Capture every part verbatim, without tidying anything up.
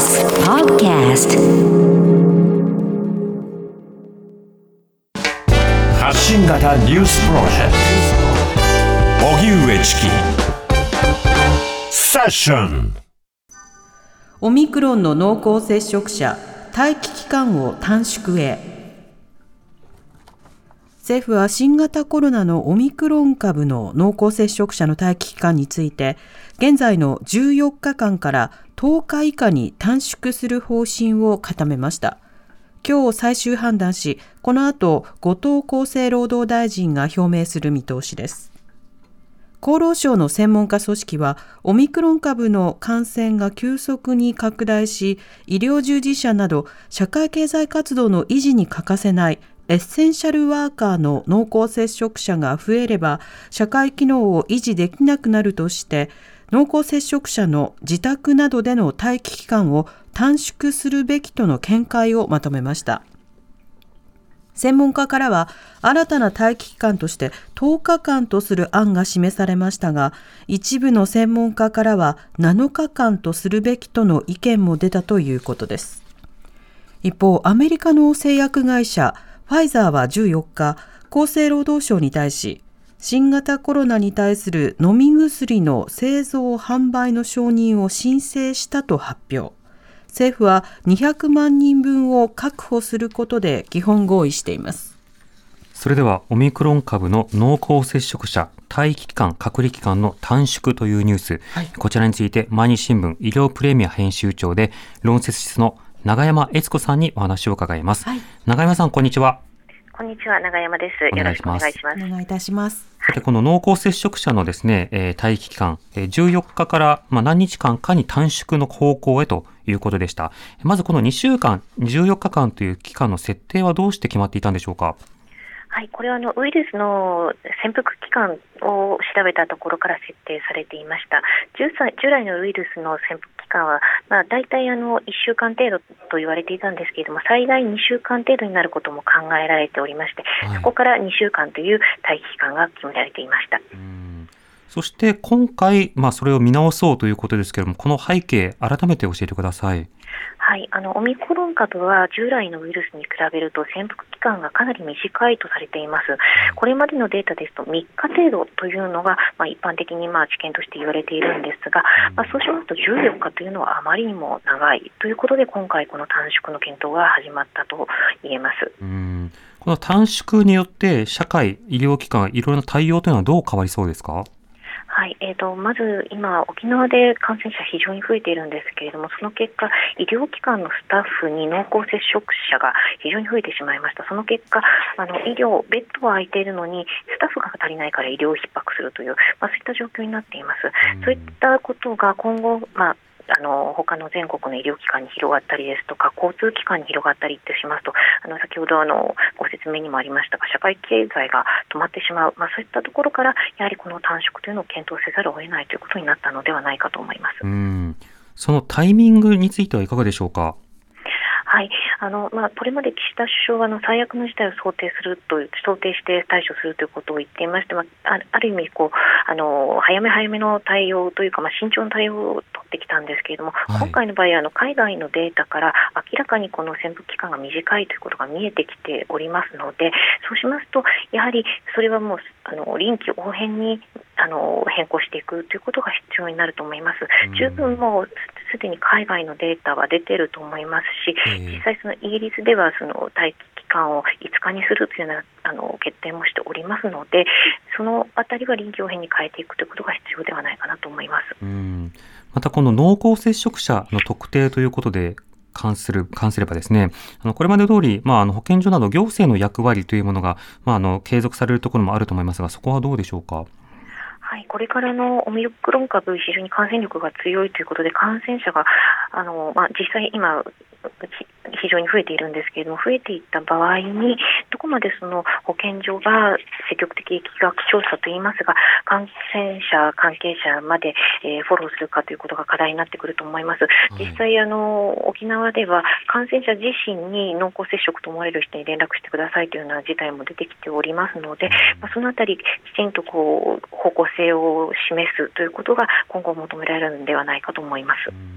エス Podcast 発信型ニュースプロジェクト荻上チキセッション。 オミクロンの濃厚接触者待機期間を短縮へ。政府は新型コロナのオミクロン株の濃厚接触者の待機期間について、現在のじゅうよっかかんからとおか以下に短縮する方針を固めました。今日最終判断し、この後後藤厚生労働大臣が表明する見通しです。厚労省の専門家組織は、オミクロン株の感染が急速に拡大し、医療従事者など社会経済活動の維持に欠かせないエッセンシャルワーカーの濃厚接触者が増えれば、社会機能を維持できなくなるとして、濃厚接触者の自宅などでの待機期間を短縮するべきとの見解をまとめました。専門家からは、新たな待機期間としてとおかかんとする案が示されましたが、一部の専門家からはなのかかんとするべきとの意見も出たということです。一方、アメリカの製薬会社ファイザーはじゅうよっか、厚生労働省に対し、新型コロナに対する飲み薬の製造販売の承認を申請したと発表。政府はにひゃくまんにんぶんを確保することで基本合意しています。 それでは、オミクロン株の濃厚接触者待機期間隔離期間の短縮というニュース、はい、こちらについて毎日新聞医療プレミア編集長で論説室の永山悦子さんにお話を伺います。はい、永山さん、こんにちは。 こんにちは、永山です。よろしくお願いします。 お願いいたします。 さて、この濃厚接触者のですね、えー、待機期間、えー、じゅうよっかから、まあ、何日間かに短縮の方向へということでした。まずこのにしゅうかん、じゅうよっかかんという期間の設定はどうして決まっていたんでしょうか。 はい、これはあのウイルスの潜伏期間を調べたところから設定されていました。従来のウイルスの潜伏期間は、まあ、大体あのいっしゅうかん程度と言われていたんですけれども、最大にしゅうかん程度になることも考えられておりまして、はい、そこからにしゅうかんという待機期間が決められていました。 うん、そして今回、まあ、それを見直そうということですけれども、この背景改めて教えてください。 はい、あのオミクロン株は従来のウイルスに比べると潜伏期間がかなり短いとされています。これまでのデータですとみっか程度というのが、まあ、一般的にまあ知見として言われているんですが、まあ、そうしますとじゅうよっかというのはあまりにも長いということで、今回この短縮の検討が始まったと言えます。 うん、この短縮によって社会、医療機関、いろいろな対応というのはどう変わりそうですか。 はい、えーと、まず今沖縄で感染者非常に増えているんですけれども、その結果医療機関のスタッフに濃厚接触者が非常に増えてしまいました。その結果あの医療ベッドは空いているのにスタッフが足りないから医療逼迫するという、まあ、そういった状況になっています。そういったことが今後、まああの他の全国の医療機関に広がったりですとか、交通機関に広がったりってしますと、あの先ほどあのご説明にもありましたが、社会経済が止まってしまう、まあ、そういったところからやはりこの短縮というのを検討せざるを得ないということになったのではないかと思います。 うん、そのタイミングについてはいかがでしょうか。 はい、あのまあ、これまで岸田首相はあの最悪の事態を想定すると想定して対処するということを言っていまして、まあ、あ, ある意味こうあの早め早めの対応というか、まあ、慎重な対応を取ってきたんですけれども、はい、今回の場合あの海外のデータから明らかにこの潜伏期間が短いということが見えてきておりますので、そうしますとやはりそれはもうあの臨機応変にあの変更していくということが必要になると思います。十分もうすでに海外のデータは出ていると思いますし、実際そのイギリスではその待機期間をいつかにするというようなあの決定もしておりますので、そのあたりは臨機応変に変えていくということが必要ではないかなと思います。 うん、またこの濃厚接触者の特定ということで関する、関すればですね、あのこれまで通り、まあ、あの保健所など行政の役割というものが、まあ、あの継続されるところもあると思いますが、そこはどうでしょうか。 はい、これからのオミクロン株非常に感染力が強いということで、感染者があの、まあ、実際今非常に増えているんですけれども、増えていった場合にどこまでその保健所が積極的疫学調査といいますが、感染者関係者まで、えー、フォローするかということが課題になってくると思います。実際あの沖縄では感染者自身に濃厚接触と思われる人に連絡してくださいというような事態も出てきておりますので、まあ、そのあたりきちんとこう方向性を示すということが今後求められるのではないかと思います。 うん、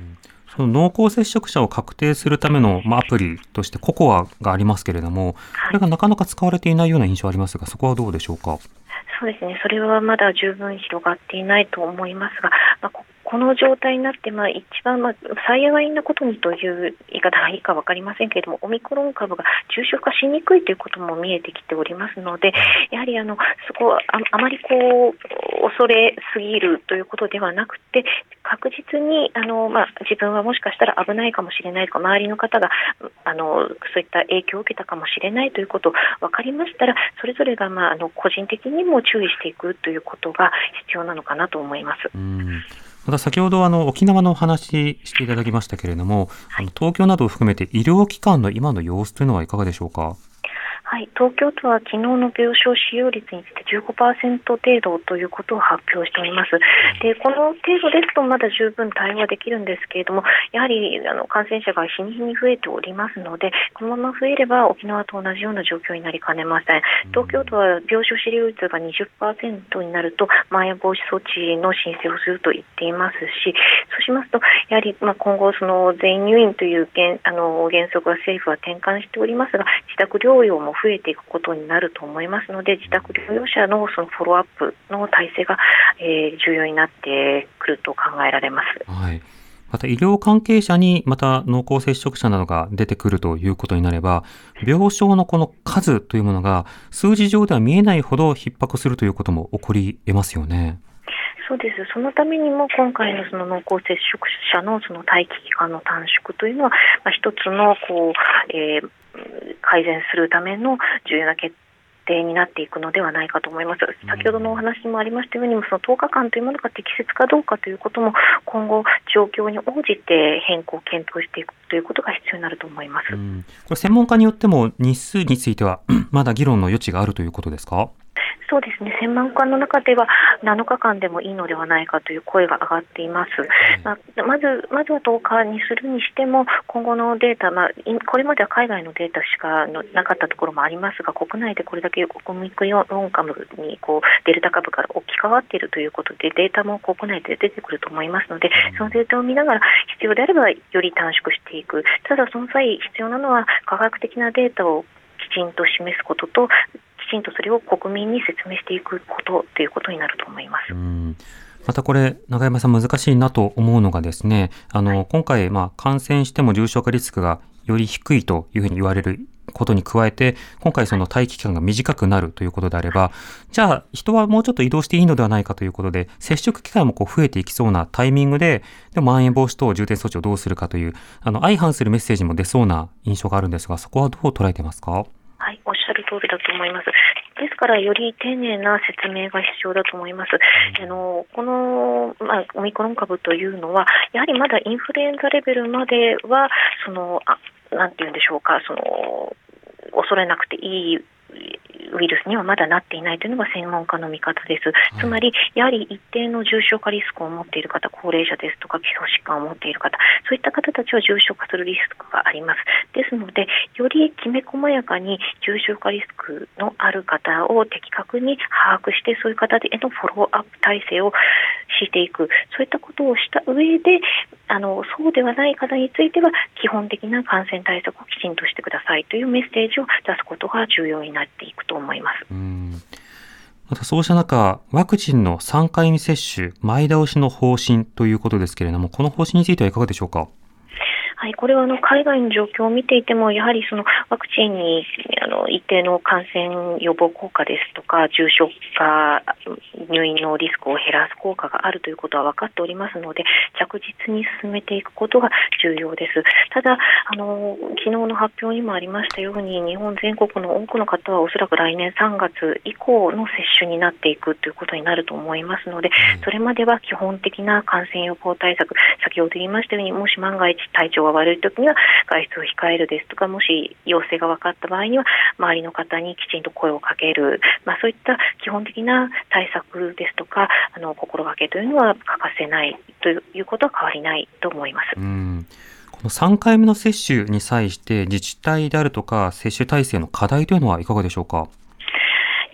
その濃厚接触者を確定するための、まあ、アプリとしてココアがありますけれども、これがなかなか使われていないような印象ありますが、そこはどうでしょうか。 そうですね、それはまだ十分広がっていないと思いますが、まあ、ここの状態になって、まあ、一番、まあ、幸いなことにという言い方がいいか分かりませんけれども、オミクロン株が重症化しにくいということも見えてきておりますので、やはりあのそこは あ, あまりこう恐れすぎるということではなくて、確実にあの、まあ、自分はもしかしたら危ないかもしれないとか、周りの方があのそういった影響を受けたかもしれないということを分かりましたら、それぞれが、まあ、あの個人的にも注意していくということが必要なのかなと思います。 うん、また先ほどあの沖縄のお話していただきましたけれども、はい、あの東京などを含めて医療機関の今の様子というのはいかがでしょうか。 はい、東京都は昨日の病床使用率について じゅうごパーセント 程度ということを発表しております。で、この程度ですとまだ十分対応はできるんですけれども、やはりあの感染者が日に日に増えておりますので、このまま増えれば沖縄と同じような状況になりかねません。東京都は病床使用率が にじゅっパーセント になるとまん延防止措置の申請をすると言っていますし、そうしますとやはりまあ今後その全員入院という原あの原則は政府は転換しておりますが、自宅療養も増えていくことになると思いますので、自宅療養者のそのフォローアップの体制が、えー、重要になってくると考えられます。 はい、また医療関係者にまた濃厚接触者などが出てくるということになれば、病床のこの数というものが数字上では見えないほど逼迫するということも起こり得ますよね。 そうです。そのためにも今回のその濃厚接触者のその待機期間の短縮というのは、まあ、一つのこう、えー、改善するための重要な決定になっていくのではないかと思います。先ほどのお話にもありましたように、そのとおかかんというものが適切かどうかということも今後状況に応じて変更を検討していくということが必要になると思います。 うん、これ専門家によっても日数についてはまだ議論の余地があるということですか。 そうですね、専門家の中ではなのかかんでもいいのではないかという声が上がっています。まあ、まず、まずはとおかにするにしても、今後のデータ、まあ、これまでは海外のデータしかなかったところもありますが、国内でこれだけオミクロン株にこうデルタ株から置き換わっているということで、データも国内で出てくると思いますので、そのデータを見ながら必要であればより短縮していく。ただその際必要なのは科学的なデータをきちんと示すことと、きちんとそれを国民に説明していくことということになると思います。 うん、またこれ永山さん難しいなと思うのがですね、あの、はい、今回まあ感染しても重症化リスクがより低いというふうに言われることに加えて、今回その待機期間が短くなるということであれば、じゃあ人はもうちょっと移動していいのではないかということで、接触機会もこう増えていきそうなタイミングで、でもまん延防止等重点措置をどうするかというあの相反するメッセージも出そうな印象があるんですが、そこはどう捉えていますか。 はい、おっしゃる通りだと思います。ですからより丁寧な説明が必要だと思います。うん、あのこの、まあ、オミクロン株というのはやはりまだインフルエンザレベルまではそのあなんていうんでしょうか、その恐れなくていいウイルスにはまだなっていないというのが専門家の見方です。つまりやはり一定の重症化リスクを持っている方、高齢者ですとか基礎疾患を持っている方、そういった方たちは重症化するリスクがあります。ですのでよりきめ細やかに重症化リスクのある方を的確に把握して、そういう方へのフォローアップ体制をしていく、そういったことをした上で、あのそうではない方については基本的な感染対策をきちんとしてくださいというメッセージを出すことが重要になっていくと思います。 うん、またそうした中、ワクチンのさんかいめ接種前倒しの方針ということですけれども、この方針についてはいかがでしょうか。 はい、これはあの海外の状況を見ていても、やはりそのワクチンにあの一定の感染予防効果ですとか、重症化、入院のリスクを減らす効果があるということは分かっておりますので、着実に進めていくことが重要です。ただあの昨日の発表にもありましたように、日本全国の多くの方はおそらく来年さんがつ以降の接種になっていくということになると思いますので、それまでは基本的な感染予防対策、先ほど言いましたように、もし万が一体調が悪いときには外出を控えるですとか、もし陽性が分かった場合には周りの方にきちんと声をかける、まあ、そういった基本的な対策ですとか、あの心がけというのは欠かせないということは変わりないと思います。 うん、このさんかいめの接種に際して自治体であるとか接種体制の課題というのはいかがでしょうか。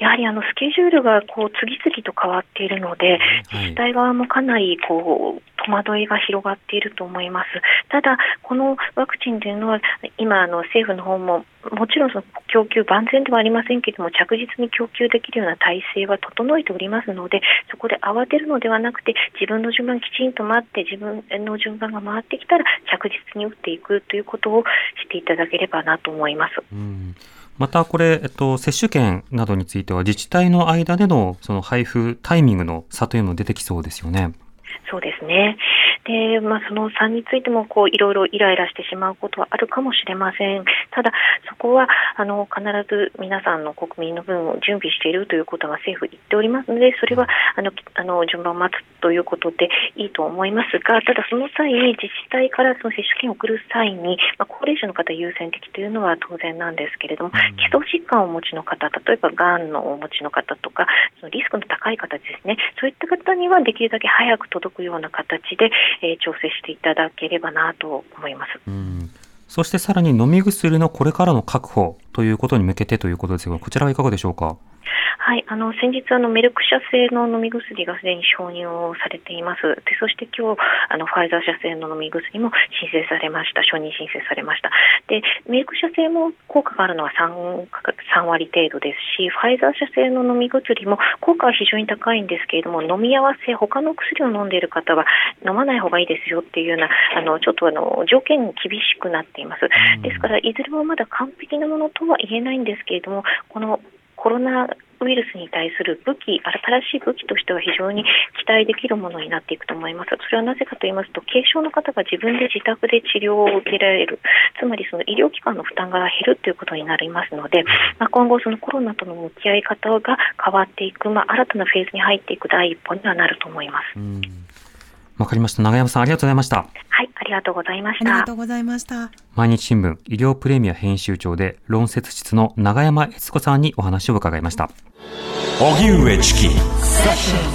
やはりあのスケジュールがこう次々と変わっているので、自治体側もかなりこう戸惑いが広がっていると思います。ただこのワクチンというのは今あの政府の方ももちろんその供給万全ではありませんけれども、着実に供給できるような体制は整えておりますので、そこで慌てるのではなくて、自分の順番きちんと待って、自分の順番が回ってきたら着実に打っていくということをしていただければなと思います。 うん、またこれ、えっと、接種券などについては自治体の間でのその配布タイミングの差というのも出てきそうですよね。 そうですね。で、まあ、その差についてもこういろいろイライラしてしまうことはあるかもしれません。ただそこはあの必ず皆さんの国民の分を準備しているということは政府言っておりますので、それはあのあの順番を待つということでいいと思いますが、ただその際に自治体からその接種券を送る際に、まあ、高齢者の方優先的というのは当然なんですけれども、うん、基礎疾患をお持ちの方、例えばがんのお持ちの方とか、そのリスクの高い方ですね、そういった方にはできるだけ早く届くような形で、えー、調整していただければなと思います。 うん、そしてさらに飲み薬のこれからの確保ということに向けてということですが、こちらはいかがでしょうか。 はい、あの先日あのメルク社製の飲み薬がすでに承認をされています。で、そして今日あのファイザー社製の飲み薬も申請されました。承認申請されました。で、メルク社製も効果があるのは 3, 3割程度ですし、ファイザー社製の飲み薬も効果は非常に高いんですけれども、飲み合わせ他の薬を飲んでいる方は飲まない方がいいですよっていうようなあのちょっとあの条件に厳しくなっています。ですからいずれもまだ完璧なものとは言えないんですけれども、このコロナウイルスに対する武器、新しい武器としては非常に期待できるものになっていくと思います。それはなぜかと言いますと、軽症の方が自分で自宅で治療を受けられる、つまりその医療機関の負担が減るということになりますので、まあ、今後そのコロナとの向き合い方が変わっていく、まあ、新たなフェーズに入っていく第一歩にはなると思います。 うん、わかりました。永山さん、ありがとうございました。 はい、ありがとうございました。 ありがとうございました。 毎日新聞医療プレミア編集長で論説室の永山悦子さんにお話を伺いました。 荻上チキ